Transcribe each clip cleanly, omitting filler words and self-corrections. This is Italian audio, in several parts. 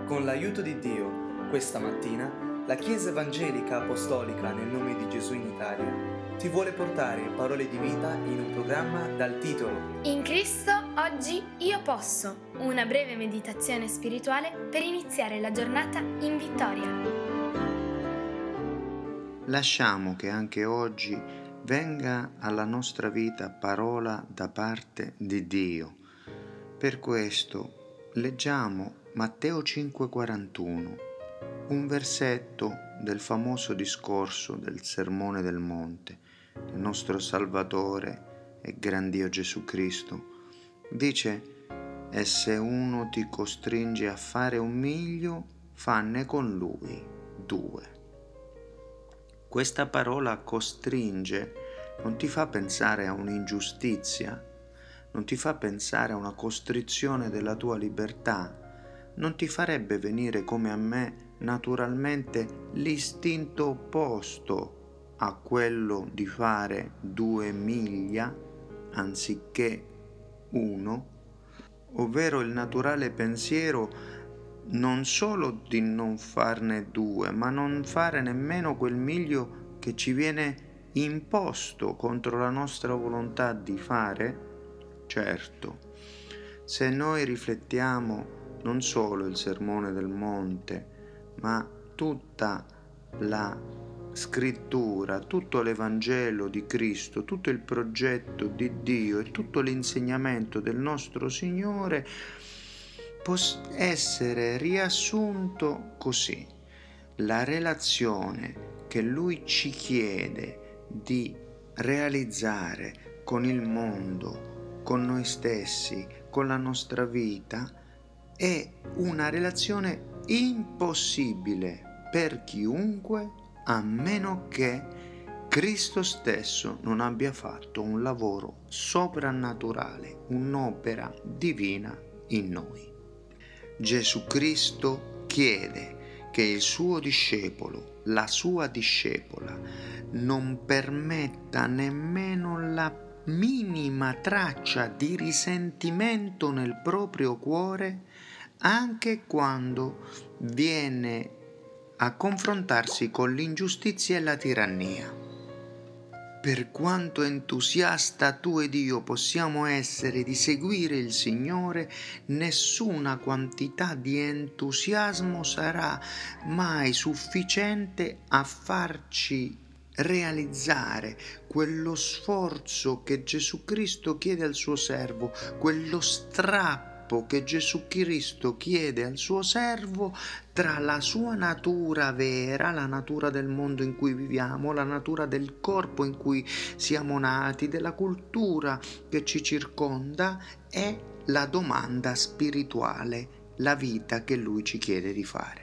Con l'aiuto di Dio, questa mattina, la Chiesa Evangelica Apostolica nel nome di Gesù in Italia ti vuole portare parole di vita in un programma dal titolo In Cristo oggi io posso, una breve meditazione spirituale per iniziare la giornata in vittoria. Lasciamo che anche oggi venga alla nostra vita parola da parte di Dio. Per questo leggiamo Matteo 5,41, un versetto del famoso discorso del Sermone del Monte, del nostro Salvatore e gran Dio Gesù Cristo. Dice: «E se uno ti costringe a fare un miglio, fanne con lui 2». Questa parola costringe non ti fa pensare a un'ingiustizia, non ti fa pensare a una costrizione della tua libertà, non ti farebbe venire come a me naturalmente l'istinto opposto a quello di fare 2 miglia anziché 1, ovvero il naturale pensiero non solo di non farne 2, ma non fare nemmeno quel miglio che ci viene imposto contro la nostra volontà di fare? Certo, se noi riflettiamo non solo il Sermone del Monte, ma tutta la scrittura, tutto l'Evangelo di Cristo, tutto il progetto di Dio e tutto l'insegnamento del nostro Signore, può essere riassunto così: la relazione che Lui ci chiede di realizzare con il mondo, con noi stessi, con la nostra vita, è una relazione impossibile per chiunque, a meno che Cristo stesso non abbia fatto un lavoro soprannaturale, un'opera divina in noi. Gesù Cristo chiede che il suo discepolo, la sua discepola, non permetta nemmeno la minima traccia di risentimento nel proprio cuore, anche quando viene a confrontarsi con l'ingiustizia e la tirannia. Per quanto entusiasta tu ed io possiamo essere di seguire il Signore, nessuna quantità di entusiasmo sarà mai sufficiente a farci realizzare quello sforzo che Gesù Cristo chiede al suo servo, quello strappo che Gesù Cristo chiede al suo servo tra la sua natura vera, la natura del mondo in cui viviamo, la natura del corpo in cui siamo nati, della cultura che ci circonda, e la domanda spirituale, la vita che Lui ci chiede di fare.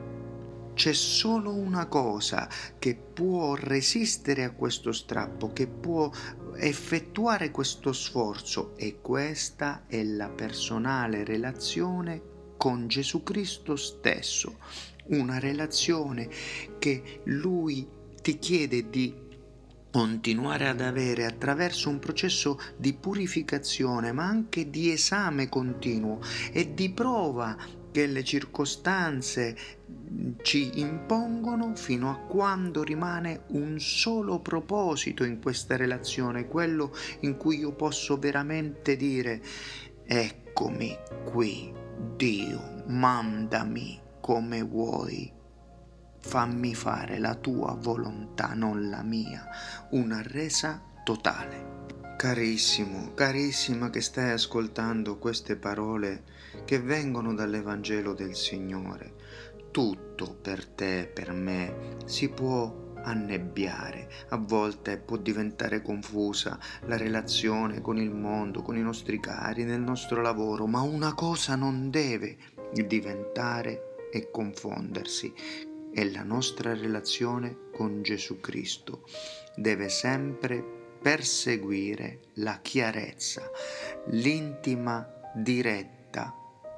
C'è solo una cosa che può resistere a questo strappo, che può effettuare questo sforzo, e questa è la personale relazione con Gesù Cristo stesso, una relazione che Lui ti chiede di continuare ad avere attraverso un processo di purificazione, ma anche di esame continuo e di prova che le circostanze ci impongono, fino a quando rimane un solo proposito in questa relazione, quello in cui io posso veramente dire: eccomi qui, Dio, mandami come vuoi, fammi fare la tua volontà, non la mia, una resa totale. Carissimo, carissima che stai ascoltando queste parole che vengono dall'Evangelo del Signore, tutto per te, per me, si può annebbiare, a volte può diventare confusa la relazione con il mondo, con i nostri cari, nel nostro lavoro, ma una cosa non deve diventare e confondersi: è la nostra relazione con Gesù Cristo. Deve sempre perseguire la chiarezza, l'intima, diretta,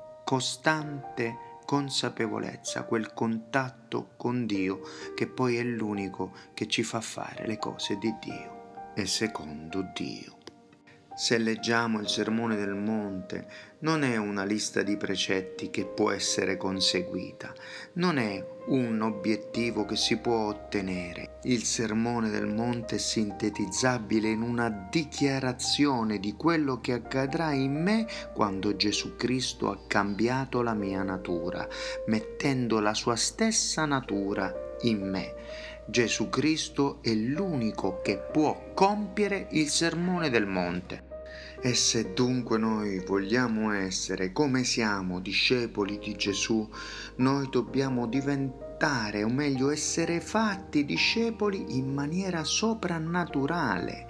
costante consapevolezza, quel contatto con Dio che poi è l'unico che ci fa fare le cose di Dio e secondo Dio. Se leggiamo il Sermone del Monte, non è una lista di precetti che può essere conseguita, non è un obiettivo che si può ottenere. Il Sermone del Monte è sintetizzabile in una dichiarazione di quello che accadrà in me quando Gesù Cristo ha cambiato la mia natura, mettendo la sua stessa natura in me. Gesù Cristo è l'unico che può compiere il Sermone del Monte. E se dunque noi vogliamo essere come siamo discepoli di Gesù, noi dobbiamo diventare, o meglio essere fatti discepoli in maniera soprannaturale.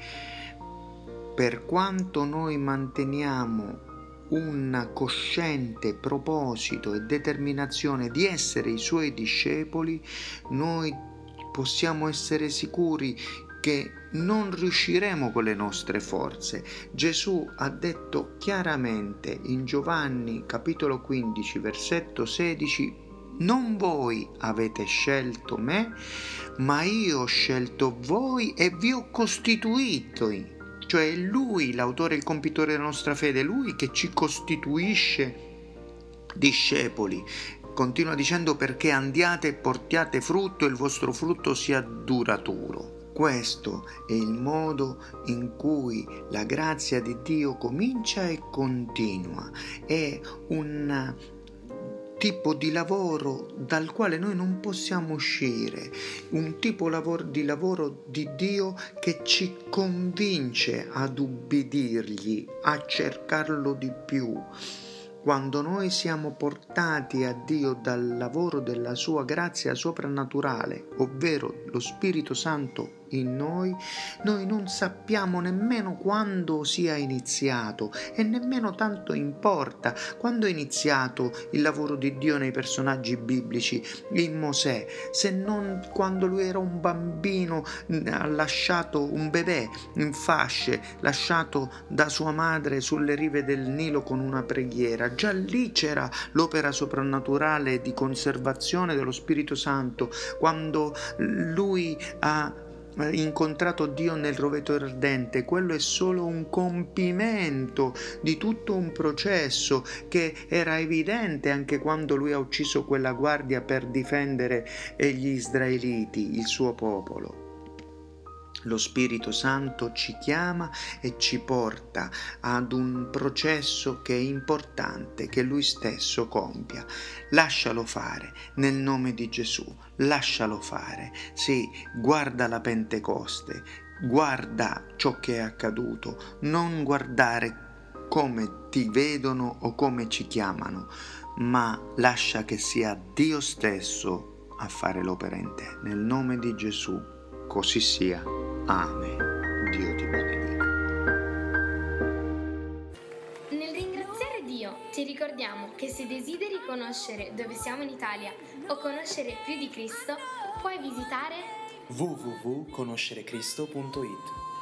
Per quanto noi manteniamo un cosciente proposito e determinazione di essere i suoi discepoli, noi possiamo essere sicuri che non riusciremo con le nostre forze. Gesù ha detto chiaramente in Giovanni capitolo 15 versetto 16: non voi avete scelto me, ma io ho scelto voi e vi ho costituito. Cioè è Lui l'autore e il compitore della nostra fede, è Lui che ci costituisce discepoli. Continua dicendo: perché andiate e portiate frutto e il vostro frutto sia duraturo. Questo è il modo in cui la grazia di Dio comincia e continua. È un tipo di lavoro dal quale noi non possiamo uscire, un tipo di lavoro di Dio che ci convince ad ubbidirgli, a cercarlo di più. Quando noi siamo portati a Dio dal lavoro della sua grazia soprannaturale, ovvero lo Spirito Santo in noi non sappiamo nemmeno quando sia iniziato e nemmeno tanto importa quando è iniziato il lavoro di Dio nei personaggi biblici, in Mosè, se non quando lui era un bambino, ha lasciato un bebè in fasce, lasciato da sua madre sulle rive del Nilo con una preghiera. Già lì c'era l'opera soprannaturale di conservazione dello Spirito Santo, quando lui ha incontrato Dio nel roveto ardente. Quello è solo un compimento di tutto un processo che era evidente anche quando lui ha ucciso quella guardia per difendere gli israeliti, il suo popolo. Lo Spirito Santo ci chiama e ci porta ad un processo che è importante, che Lui stesso compia. Lascialo fare, nel nome di Gesù, lascialo fare. Sì, guarda la Pentecoste, guarda ciò che è accaduto, non guardare come ti vedono o come ci chiamano, ma lascia che sia Dio stesso a fare l'opera in te. Nel nome di Gesù, così sia. Amen. Dio ti benedica. Nel ringraziare Dio ti ricordiamo che se desideri conoscere dove siamo in Italia o conoscere più di Cristo, puoi visitare www.conoscerecristo.it.